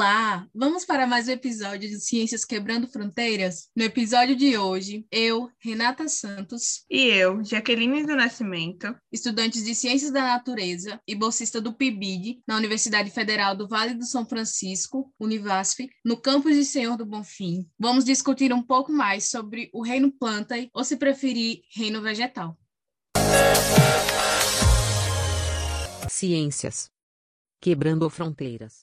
Olá, vamos para mais um episódio de Ciências Quebrando Fronteiras? No episódio de hoje, eu, Renata Santos, e eu, Jaqueline do Nascimento, estudantes de Ciências da Natureza e bolsista do PIBID, na Universidade Federal do Vale do São Francisco, Univasf, no campus de Senhor do Bonfim, vamos discutir um pouco mais sobre o reino planta, ou se preferir, reino vegetal. Ciências Quebrando Fronteiras.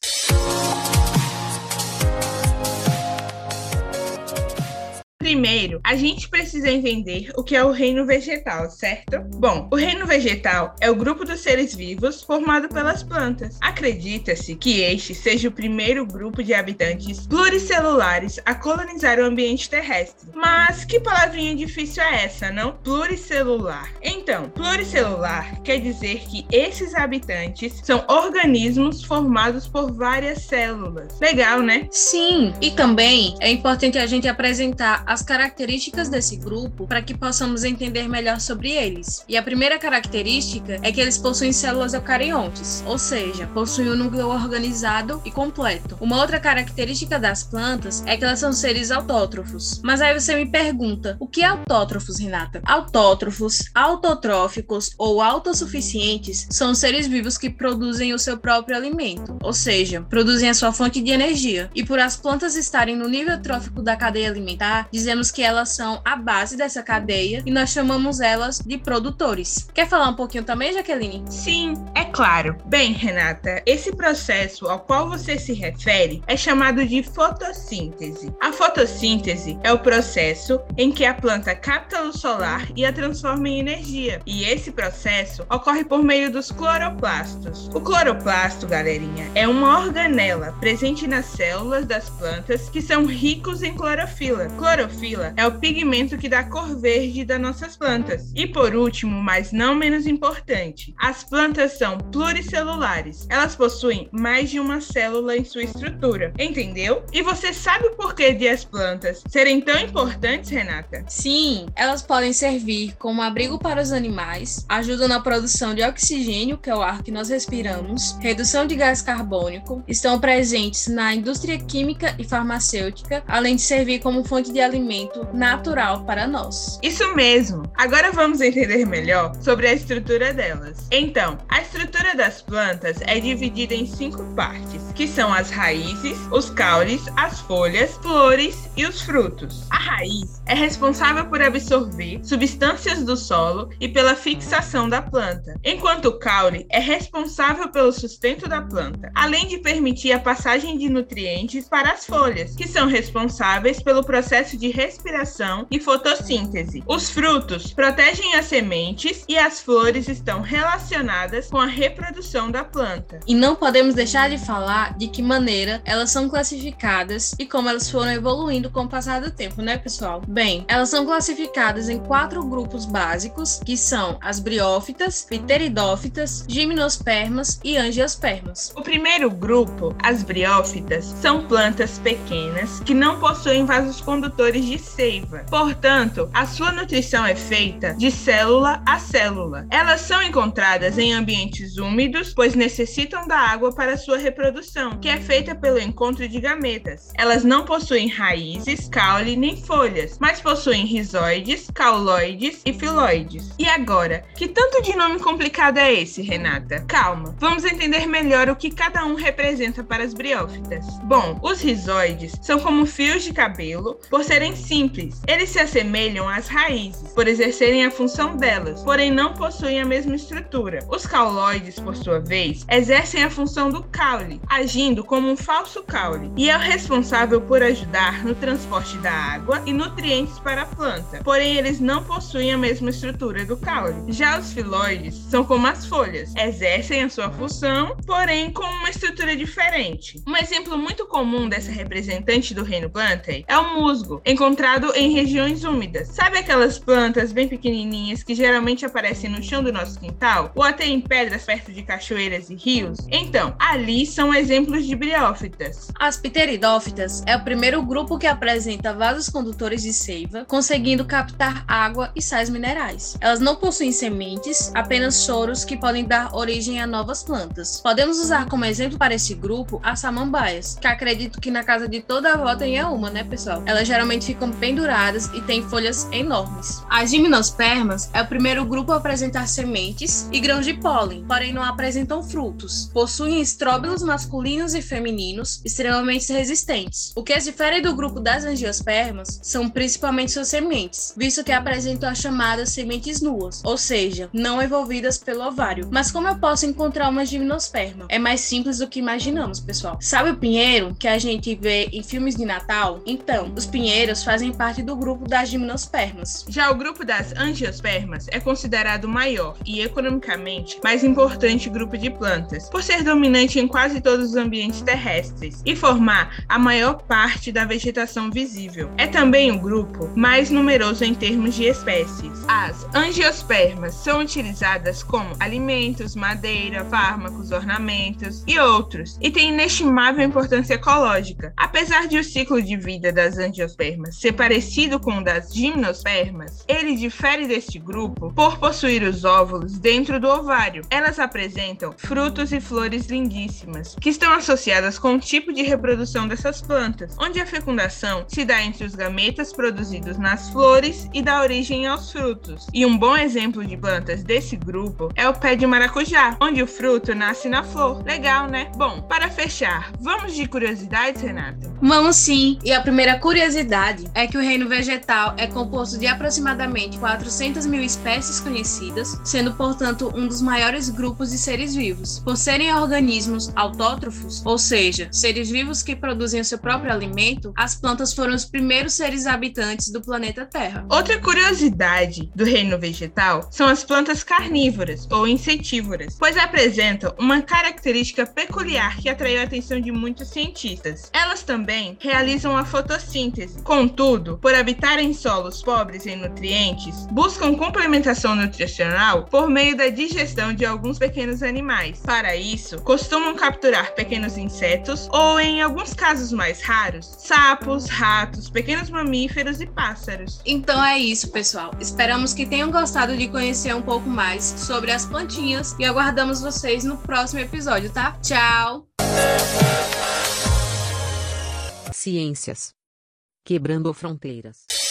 Primeiro, a gente precisa entender o que é o reino vegetal, certo? Bom, o reino vegetal é o grupo dos seres vivos formado pelas plantas. Acredita-se que este seja o primeiro grupo de habitantes pluricelulares a colonizar o ambiente terrestre. Mas que palavrinha difícil é essa, não? Pluricelular. Então, pluricelular quer dizer que esses habitantes são organismos formados por várias células. Legal, né? Sim, e também é importante a gente apresentar as características desse grupo para que possamos entender melhor sobre eles. E a primeira característica é que eles possuem células eucariontes, ou seja, possuem um núcleo organizado e completo. Uma outra característica das plantas é que elas são seres autótrofos. Mas aí você me pergunta, o que é autótrofos, Renata? Autótrofos, autotróficos ou autossuficientes são seres vivos que produzem o seu próprio alimento, ou seja, produzem a sua fonte de energia. E por as plantas estarem no nível trófico da cadeia alimentar, dizemos que elas são a base dessa cadeia e nós chamamos elas de produtores. Quer falar um pouquinho também, Jaqueline? Sim, é claro. Bem, Renata, esse processo ao qual você se refere é chamado de fotossíntese. A fotossíntese é o processo em que a planta capta a luz solar e a transforma em energia. E esse processo ocorre por meio dos cloroplastos. O cloroplasto, galerinha, é uma organela presente nas células das plantas que são ricos em clorofila. Clorofila é o pigmento que dá cor verde das nossas plantas. E por último, mas não menos importante, as plantas são pluricelulares. Elas possuem mais de uma célula em sua estrutura. Entendeu? E você sabe o porquê de as plantas serem tão importantes, Renata? Sim, elas podem servir como abrigo para os animais, ajudam na produção de oxigênio, que é o ar que nós respiramos, redução de gás carbônico, estão presentes na indústria química e farmacêutica, além de servir como fonte de alimento natural para nós. Isso mesmo! Agora vamos entender melhor sobre a estrutura delas. Então, a estrutura das plantas é dividida em 5 partes, que são as raízes, os caules, as folhas, flores e os frutos. A raiz é responsável por absorver substâncias do solo e pela fixação da planta, enquanto o caule é responsável pelo sustento da planta, além de permitir a passagem de nutrientes para as folhas, que são responsáveis pelo processo de respiração e fotossíntese. Os frutos protegem as sementes e as flores estão relacionadas com a reprodução da planta. E não podemos deixar de falar de que maneira elas são classificadas e como elas foram evoluindo com o passar do tempo, né, pessoal? Bem, elas são classificadas em 4 grupos básicos, que são as briófitas, pteridófitas, gimnospermas e angiospermas. O primeiro grupo, as briófitas, são plantas pequenas que não possuem vasos condutores de seiva. Portanto, a sua nutrição é feita de célula a célula. Elas são encontradas em ambientes úmidos, pois necessitam da água para sua reprodução, que é feita pelo encontro de gametas. Elas não possuem raízes, caule nem folhas, mas possuem rizoides, cauloides e filóides. E agora, que tanto de nome complicado é esse, Renata? Calma, vamos entender melhor o que cada um representa para as briófitas. Bom, os rizoides são como fios de cabelo, por serem simples. Eles se assemelham às raízes, por exercerem a função delas, porém não possuem a mesma estrutura. Os cauloides, por sua vez, exercem a função do caule, agindo como um falso caule, e é o responsável por ajudar no transporte da água e nutrientes para a planta, porém eles não possuem a mesma estrutura do caule. Já os filóides são como as folhas, exercem a sua função, porém com uma estrutura diferente. Um exemplo muito comum dessa representante do reino planta é o musgo, encontrado em regiões úmidas. Sabe aquelas plantas bem pequenininhas que geralmente aparecem no chão do nosso quintal ou até em pedras perto de cachoeiras e rios? Então, ali são exemplos de briófitas. As pteridófitas é o primeiro grupo que apresenta vasos condutores de seiva, conseguindo captar água e sais minerais. Elas não possuem sementes, apenas soros que podem dar origem a novas plantas. Podemos usar como exemplo para esse grupo as samambaias, que acredito que na casa de toda avó tenha uma, né, pessoal? Elas geralmente ficam penduradas e têm folhas enormes. As gimnospermas é o primeiro grupo a apresentar sementes e grãos de pólen, porém não apresentam frutos. Possuem estróbilos masculinos e femininos extremamente resistentes. O que as difere do grupo das angiospermas são principalmente suas sementes, visto que apresentam as chamadas sementes nuas, ou seja, não envolvidas pelo ovário. Mas como eu posso encontrar uma gimnosperma? É mais simples do que imaginamos, pessoal. Sabe o pinheiro que a gente vê em filmes de Natal? Então, os pinheiros fazem parte do grupo das gimnospermas. Já o grupo das angiospermas é considerado o maior e economicamente mais importante grupo de plantas, por ser dominante em quase todos os ambientes terrestres e formar a maior parte da vegetação visível. É também o grupo mais numeroso em termos de espécies. As angiospermas são utilizadas como alimentos, madeira, fármacos, ornamentos e outros, e têm inestimável importância ecológica. Apesar de o ciclo de vida das angiospermas ser parecido com o das gimnospermas, ele difere deste grupo por possuir os óvulos dentro do ovário. Elas apresentam frutos e flores lindíssimas, que estão associadas com o tipo de reprodução dessas plantas, onde a fecundação se dá entre os gametas produzidos nas flores e dá origem aos frutos. E um bom exemplo de plantas desse grupo é o pé de maracujá, onde o fruto nasce na flor. Legal, né? Bom, para fechar, vamos de curiosidades, Renata? Vamos sim! E a primeira curiosidade é que o reino vegetal é composto de aproximadamente 400 mil espécies conhecidas, sendo, portanto, um dos maiores grupos de seres vivos. Por serem organismos autótrofos, ou seja, seres vivos que produzem o seu próprio alimento, as plantas foram os primeiros seres habitantes do planeta Terra. Outra curiosidade do reino vegetal são as plantas carnívoras ou insetívoras, pois apresentam uma característica peculiar que atraiu a atenção de muitos cientistas. Elas também realizam a fotossíntese. Contudo, por habitarem em solos pobres em nutrientes, buscam complementação nutricional por meio da digestão de alguns pequenos animais. Para isso, costumam capturar pequenos insetos ou, em alguns casos mais raros, sapos, ratos, pequenos mamíferos e pássaros. Então é isso, pessoal. Esperamos que tenham gostado de conhecer um pouco mais sobre as plantinhas e aguardamos vocês no próximo episódio, tá? Tchau! Ciências. Quebrando fronteiras.